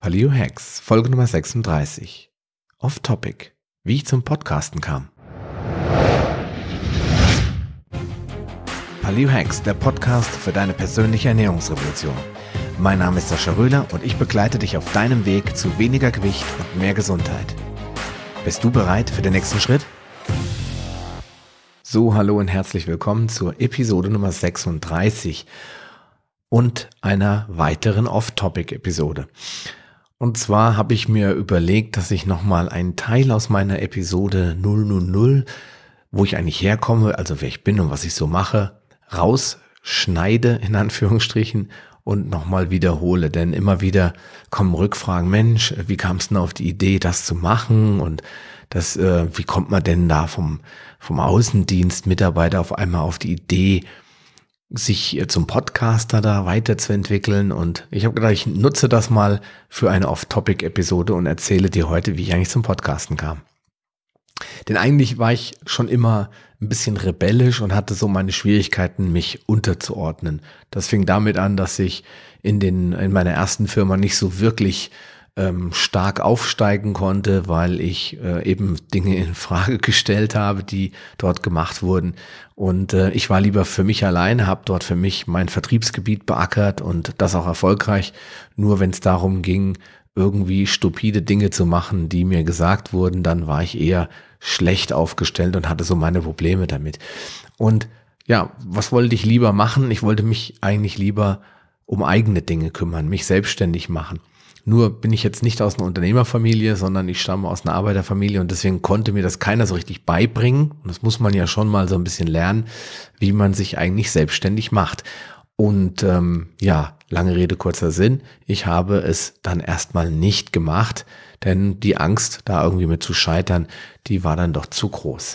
Paleo Hacks, Folge Nummer 36. Off-Topic, wie ich zum Podcasten kam. Paleo Hacks, der Podcast für deine persönliche Ernährungsrevolution. Mein Name ist Sascha Röhler und ich begleite dich auf deinem Weg zu weniger Gewicht und mehr Gesundheit. Bist du bereit für den nächsten Schritt? So, hallo und herzlich willkommen zur Episode Nummer 36 und einer weiteren Off-Topic-Episode. Und zwar habe ich mir überlegt, dass ich nochmal einen Teil aus meiner Episode 000, wo ich eigentlich herkomme, also wer ich bin und was ich so mache, rausschneide, in Anführungsstrichen, und nochmal wiederhole. Denn immer wieder kommen Rückfragen, Mensch, wie kam es denn auf die Idee, das zu machen? Und das, wie kommt man denn da vom Außendienst-Mitarbeiter auf einmal auf die Idee, sich zum Podcaster da weiterzuentwickeln, und ich habe gedacht, ich nutze das mal für eine Off-Topic-Episode und erzähle dir heute, wie ich eigentlich zum Podcasten kam. Denn eigentlich war ich schon immer ein bisschen rebellisch und hatte so meine Schwierigkeiten, mich unterzuordnen. Das fing damit an, dass ich in meiner ersten Firma nicht so wirklich stark aufsteigen konnte, weil ich eben Dinge in Frage gestellt habe, die dort gemacht wurden. Und ich war lieber für mich alleine, habe dort für mich mein Vertriebsgebiet beackert und das auch erfolgreich. Nur wenn es darum ging, irgendwie stupide Dinge zu machen, die mir gesagt wurden, dann war ich eher schlecht aufgestellt und hatte so meine Probleme damit. Und ja, was wollte ich lieber machen? Ich wollte mich eigentlich lieber um eigene Dinge kümmern, mich selbstständig machen. Nur bin ich jetzt nicht aus einer Unternehmerfamilie, sondern ich stamme aus einer Arbeiterfamilie, und deswegen konnte mir das keiner so richtig beibringen. Und das muss man ja schon mal so ein bisschen lernen, wie man sich eigentlich selbstständig macht. Und lange Rede, kurzer Sinn, ich habe es dann erstmal nicht gemacht, denn die Angst, da irgendwie mit zu scheitern, die war dann doch zu groß.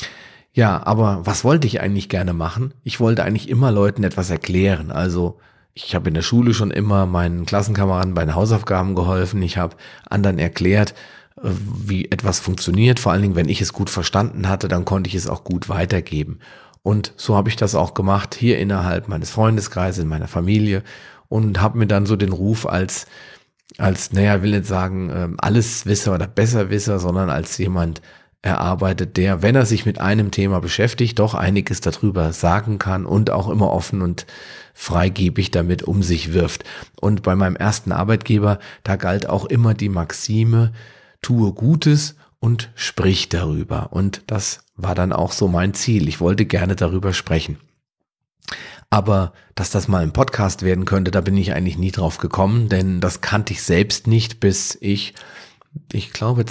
Ja, aber was wollte ich eigentlich gerne machen? Ich wollte eigentlich immer Leuten etwas erklären. Also ich habe in der Schule schon immer meinen Klassenkameraden bei den Hausaufgaben geholfen. Ich habe anderen erklärt, wie etwas funktioniert. Vor allen Dingen, wenn ich es gut verstanden hatte, dann konnte ich es auch gut weitergeben. Und so habe ich das auch gemacht, hier innerhalb meines Freundeskreises, in meiner Familie, und habe mir dann so den Ruf als will nicht sagen Alleswisser oder Besserwisser, sondern als jemand erarbeitet, der, wenn er sich mit einem Thema beschäftigt, doch einiges darüber sagen kann und auch immer offen und freigebig damit um sich wirft. Und bei meinem ersten Arbeitgeber, da galt auch immer die Maxime, tue Gutes und sprich darüber. Und das war dann auch so mein Ziel. Ich wollte gerne darüber sprechen. Aber dass das mal ein Podcast werden könnte, da bin ich eigentlich nie drauf gekommen, denn das kannte ich selbst nicht, bis ich glaube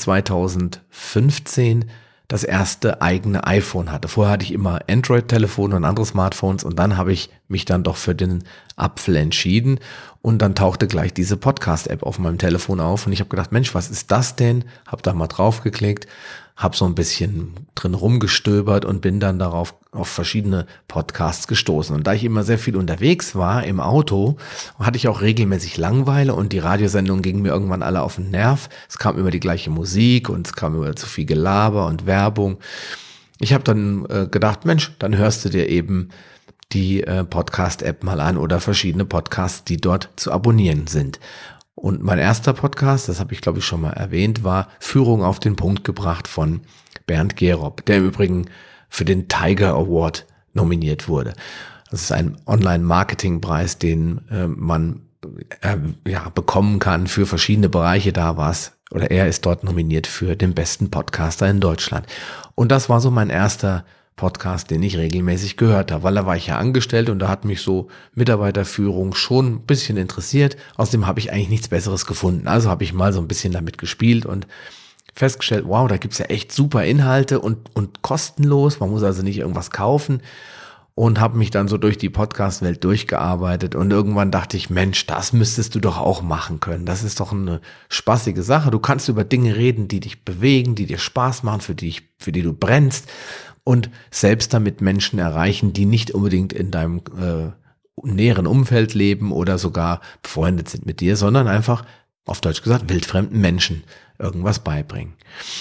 2015 das erste eigene iPhone hatte. Vorher hatte ich immer Android-Telefone und andere Smartphones, und dann habe ich mich dann doch für den Apfel entschieden, und dann tauchte gleich diese Podcast-App auf meinem Telefon auf, und ich habe gedacht, Mensch, was ist das denn? Habe da mal drauf geklickt, habe so ein bisschen drin rumgestöbert und bin dann darauf auf verschiedene Podcasts gestoßen. Und da ich immer sehr viel unterwegs war im Auto, hatte ich auch regelmäßig Langeweile, und die Radiosendungen gingen mir irgendwann alle auf den Nerv. Es kam immer die gleiche Musik und es kam immer zu viel Gelaber und Werbung. Ich habe dann gedacht, Mensch, dann hörst du dir eben die Podcast-App mal an oder verschiedene Podcasts, die dort zu abonnieren sind. Und mein erster Podcast, das habe ich glaube ich schon mal erwähnt, war Führung auf den Punkt gebracht von Bernd Gerob, der im Übrigen für den Tiger Award nominiert wurde. Das ist ein Online-Marketing-Preis, den man bekommen kann für verschiedene Bereiche. Er ist dort nominiert für den besten Podcaster in Deutschland. Und das war so mein erster Podcast, den ich regelmäßig gehört habe, weil da war ich ja angestellt, und da hat mich so Mitarbeiterführung schon ein bisschen interessiert. Außerdem habe ich eigentlich nichts Besseres gefunden. Also habe ich mal so ein bisschen damit gespielt und festgestellt, wow, da gibt's ja echt super Inhalte und kostenlos. Man muss also nicht irgendwas kaufen, und habe mich dann so durch die Podcast-Welt durchgearbeitet, und irgendwann dachte ich, Mensch, das müsstest du doch auch machen können. Das ist doch eine spaßige Sache. Du kannst über Dinge reden, die dich bewegen, die dir Spaß machen, für die du brennst, und selbst damit Menschen erreichen, die nicht unbedingt in deinem näheren Umfeld leben oder sogar befreundet sind mit dir, sondern einfach, auf Deutsch gesagt, wildfremden Menschen irgendwas beibringen.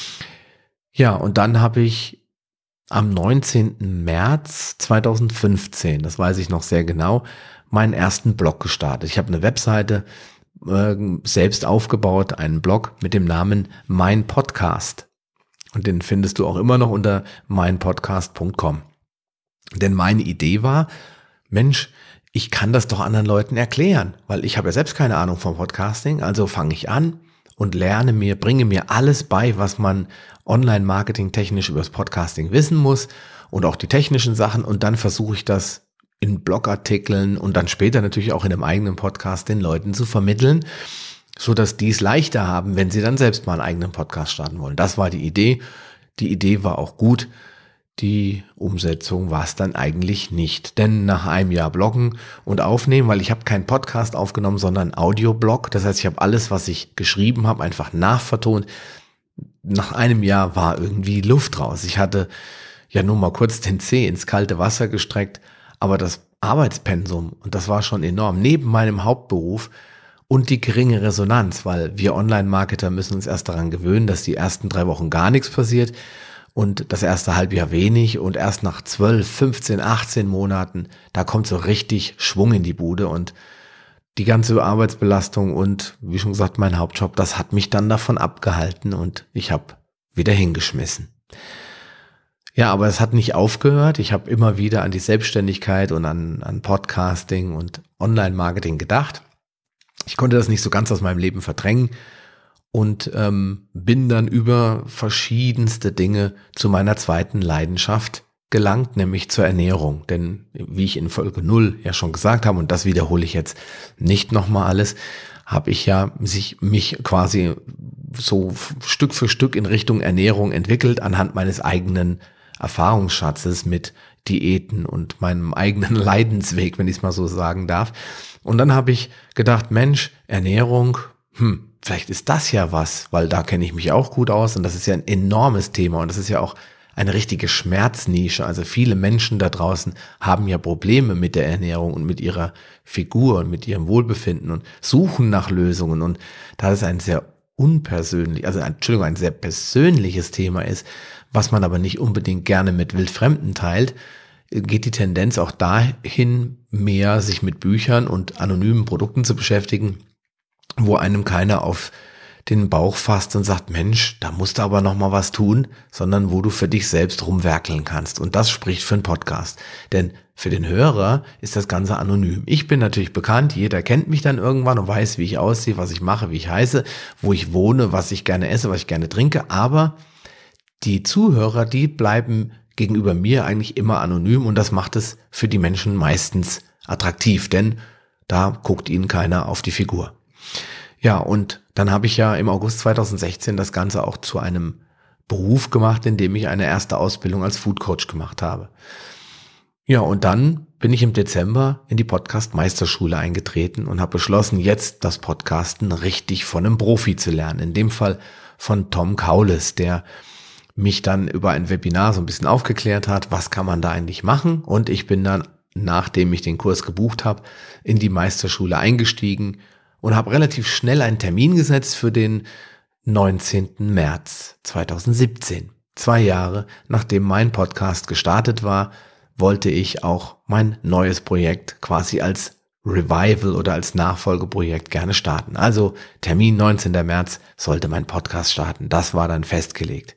Ja, und dann habe ich am 19. März 2015, das weiß ich noch sehr genau, meinen ersten Blog gestartet. Ich habe eine Webseite, selbst aufgebaut, einen Blog mit dem Namen Mein Podcast. Und den findest du auch immer noch unter meinpodcast.com. Denn meine Idee war, Mensch, ich kann das doch anderen Leuten erklären, weil ich habe ja selbst keine Ahnung vom Podcasting, also fange ich an und bringe mir alles bei, was man Online-Marketing technisch über das Podcasting wissen muss und auch die technischen Sachen, und dann versuche ich das in Blogartikeln und dann später natürlich auch in einem eigenen Podcast den Leuten zu vermitteln, so dass die es leichter haben, wenn sie dann selbst mal einen eigenen Podcast starten wollen. Das war die Idee. Die Idee war auch gut. Die Umsetzung war es dann eigentlich nicht. Denn nach einem Jahr Bloggen und Aufnehmen, weil ich habe keinen Podcast aufgenommen, sondern Audioblog. Das heißt, ich habe alles, was ich geschrieben habe, einfach nachvertont. Nach einem Jahr war irgendwie Luft raus. Ich hatte ja nur mal kurz den Zeh ins kalte Wasser gestreckt, aber das Arbeitspensum, und das war schon enorm, neben meinem Hauptberuf und die geringe Resonanz, weil wir Online-Marketer müssen uns erst daran gewöhnen, dass die ersten 3 Wochen gar nichts passiert und das erste Halbjahr wenig, und erst nach 12, 15, 18 Monaten, da kommt so richtig Schwung in die Bude, und die ganze Arbeitsbelastung und, wie schon gesagt, mein Hauptjob, das hat mich dann davon abgehalten und ich habe wieder hingeschmissen. Ja, aber es hat nicht aufgehört. Ich habe immer wieder an die Selbstständigkeit und an Podcasting und Online-Marketing gedacht. Ich konnte das nicht so ganz aus meinem Leben verdrängen und bin dann über verschiedenste Dinge zu meiner zweiten Leidenschaft gelangt, nämlich zur Ernährung. Denn wie ich in Folge 0 ja schon gesagt habe, und das wiederhole ich jetzt nicht nochmal alles, habe ich ja mich quasi so Stück für Stück in Richtung Ernährung entwickelt, anhand meines eigenen Erfahrungsschatzes mit Diäten und meinem eigenen Leidensweg, wenn ich es mal so sagen darf. Und dann habe ich gedacht, Mensch, Ernährung, vielleicht ist das ja was, weil da kenne ich mich auch gut aus und das ist ja ein enormes Thema und das ist ja auch eine richtige Schmerznische. Also viele Menschen da draußen haben ja Probleme mit der Ernährung und mit ihrer Figur und mit ihrem Wohlbefinden und suchen nach Lösungen. Und da es ein sehr ein sehr persönliches Thema ist, was man aber nicht unbedingt gerne mit Wildfremden teilt, geht die Tendenz auch dahin, mehr sich mit Büchern und anonymen Produkten zu beschäftigen, wo einem keiner auf den Bauch fasst und sagt, Mensch, da musst du aber noch mal was tun, sondern wo du für dich selbst rumwerkeln kannst. Und das spricht für einen Podcast. Denn für den Hörer ist das Ganze anonym. Ich bin natürlich bekannt, jeder kennt mich dann irgendwann und weiß, wie ich aussehe, was ich mache, wie ich heiße, wo ich wohne, was ich gerne esse, was ich gerne trinke. Aber die Zuhörer, die bleiben gegenüber mir eigentlich immer anonym und das macht es für die Menschen meistens attraktiv, denn da guckt ihnen keiner auf die Figur. Ja, und dann habe ich ja im August 2016 das Ganze auch zu einem Beruf gemacht, in dem ich eine erste Ausbildung als Food Coach gemacht habe. Ja, und dann bin ich im Dezember in die Podcast-Meisterschule eingetreten und habe beschlossen, jetzt das Podcasten richtig von einem Profi zu lernen. In dem Fall von Tom Kaules, der mich dann über ein Webinar so ein bisschen aufgeklärt hat, was kann man da eigentlich machen. Und ich bin dann, nachdem ich den Kurs gebucht habe, in die Meisterschule eingestiegen und habe relativ schnell einen Termin gesetzt für den 19. März 2017. 2 Jahre nachdem mein Podcast gestartet war, wollte ich auch mein neues Projekt quasi als Revival oder als Nachfolgeprojekt gerne starten. Also Termin 19. März sollte mein Podcast starten. Das war dann festgelegt.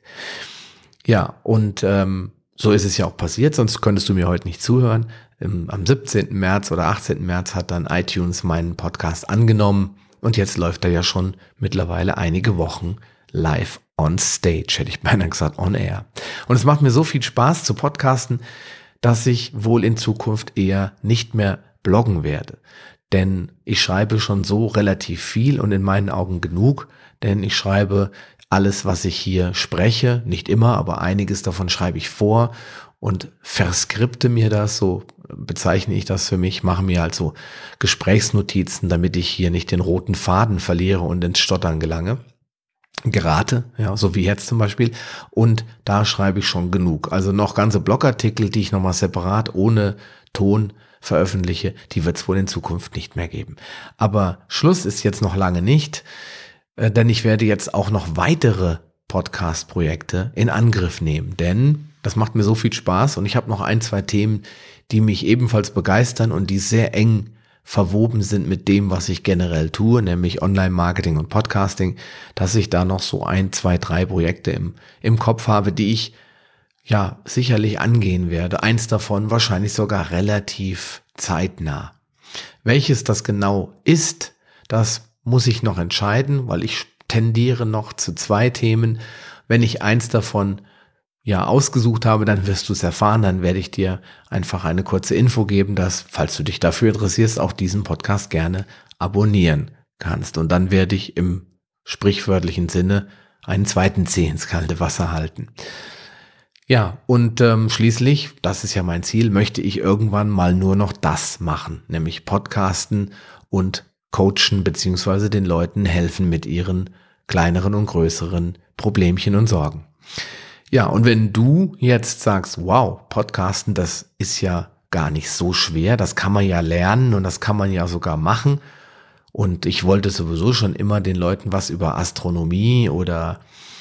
Ja, und so ist es ja auch passiert, sonst könntest du mir heute nicht zuhören. Am 17. März oder 18. März hat dann iTunes meinen Podcast angenommen und jetzt läuft er ja schon mittlerweile einige Wochen live on stage, hätte ich beinahe gesagt, on air. Und es macht mir so viel Spaß zu podcasten, dass ich wohl in Zukunft eher nicht mehr bloggen werde. Denn ich schreibe schon so relativ viel und in meinen Augen genug, denn ich schreibe alles, was ich hier spreche, nicht immer, aber einiges davon schreibe ich vor und verskripte mir das, so bezeichne ich das für mich, mache mir also Gesprächsnotizen, damit ich hier nicht den roten Faden verliere und ins Stottern gerate, ja, so wie jetzt zum Beispiel, und da schreibe ich schon genug. Also noch ganze Blogartikel, die ich nochmal separat ohne Ton veröffentliche, die wird es wohl in Zukunft nicht mehr geben. Aber Schluss ist jetzt noch lange nicht, denn ich werde jetzt auch noch weitere Podcast-Projekte in Angriff nehmen, denn das macht mir so viel Spaß und ich habe noch 1, 2 Themen, die mich ebenfalls begeistern und die sehr eng verwoben sind mit dem, was ich generell tue, nämlich Online-Marketing und Podcasting, dass ich da noch so 1, 2, 3 Projekte im Kopf habe, die ich ja sicherlich angehen werde. Eins davon wahrscheinlich sogar relativ zeitnah. Welches das genau ist, das muss ich noch entscheiden, weil ich tendiere noch zu 2 Themen. Wenn ich eins davon ausgesucht habe, dann wirst du es erfahren, dann werde ich dir einfach eine kurze Info geben, dass, falls du dich dafür interessierst, auch diesen Podcast gerne abonnieren kannst. Und dann werde ich im sprichwörtlichen Sinne einen zweiten Zeh ins kalte Wasser halten. Ja, und schließlich, das ist ja mein Ziel, möchte ich irgendwann mal nur noch das machen, nämlich podcasten und coachen beziehungsweise den Leuten helfen mit ihren kleineren und größeren Problemchen und Sorgen. Ja, und wenn du jetzt sagst, wow, Podcasten, das ist ja gar nicht so schwer, das kann man ja lernen und das kann man ja sogar machen. Und ich wollte sowieso schon immer den Leuten was über Astronomie oder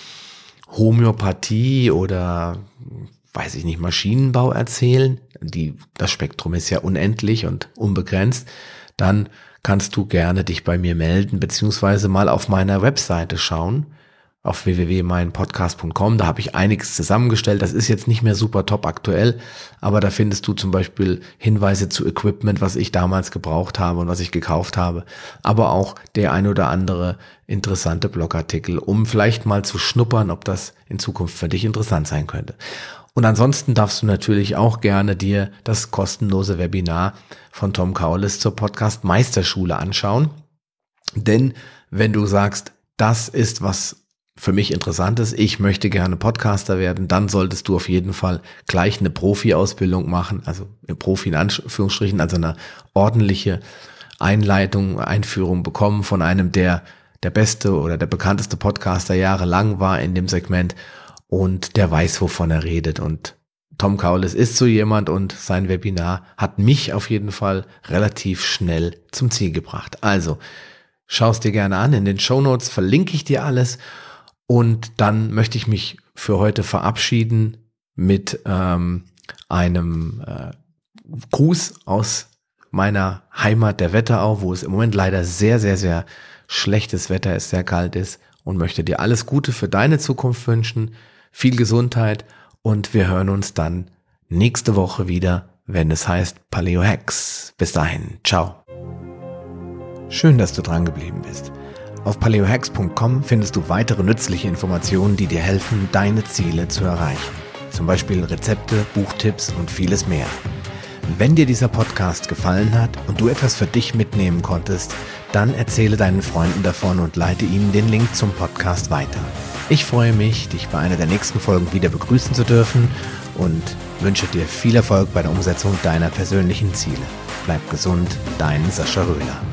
Homöopathie oder, weiß ich nicht, Maschinenbau erzählen. Das Spektrum ist ja unendlich und unbegrenzt. Dann kannst du gerne dich bei mir melden, beziehungsweise mal auf meiner Webseite schauen, auf www.meinpodcast.com. Da habe ich einiges zusammengestellt. Das ist jetzt nicht mehr super top aktuell, aber da findest du zum Beispiel Hinweise zu Equipment, was ich damals gebraucht habe und was ich gekauft habe, aber auch der ein oder andere interessante Blogartikel, um vielleicht mal zu schnuppern, ob das in Zukunft für dich interessant sein könnte. Und ansonsten darfst du natürlich auch gerne dir das kostenlose Webinar von Tom Kaulis zur Podcast Meisterschule anschauen. Denn wenn du sagst, das ist was für mich Interessantes, ich möchte gerne Podcaster werden, dann solltest du auf jeden Fall gleich eine Profi-Ausbildung machen, also eine Profi in Anführungsstrichen, also eine ordentliche Einführung bekommen von einem, der beste oder der bekannteste Podcaster jahrelang war in dem Segment und der weiß, wovon er redet. Und Tom Kaulis ist so jemand und sein Webinar hat mich auf jeden Fall relativ schnell zum Ziel gebracht. Also, schau es dir gerne an, in den Shownotes verlinke ich dir alles. Und dann möchte ich mich für heute verabschieden mit einem Gruß aus meiner Heimat der Wetterau, wo es im Moment leider sehr, sehr, sehr schlechtes Wetter ist, sehr kalt ist und möchte dir alles Gute für deine Zukunft wünschen, viel Gesundheit und wir hören uns dann nächste Woche wieder, wenn es heißt Paleo Hacks. Bis dahin, ciao. Schön, dass du dran geblieben bist. Auf paleohacks.com findest du weitere nützliche Informationen, die dir helfen, deine Ziele zu erreichen. Zum Beispiel Rezepte, Buchtipps und vieles mehr. Wenn dir dieser Podcast gefallen hat und du etwas für dich mitnehmen konntest, dann erzähle deinen Freunden davon und leite ihnen den Link zum Podcast weiter. Ich freue mich, dich bei einer der nächsten Folgen wieder begrüßen zu dürfen und wünsche dir viel Erfolg bei der Umsetzung deiner persönlichen Ziele. Bleib gesund, dein Sascha Röhler.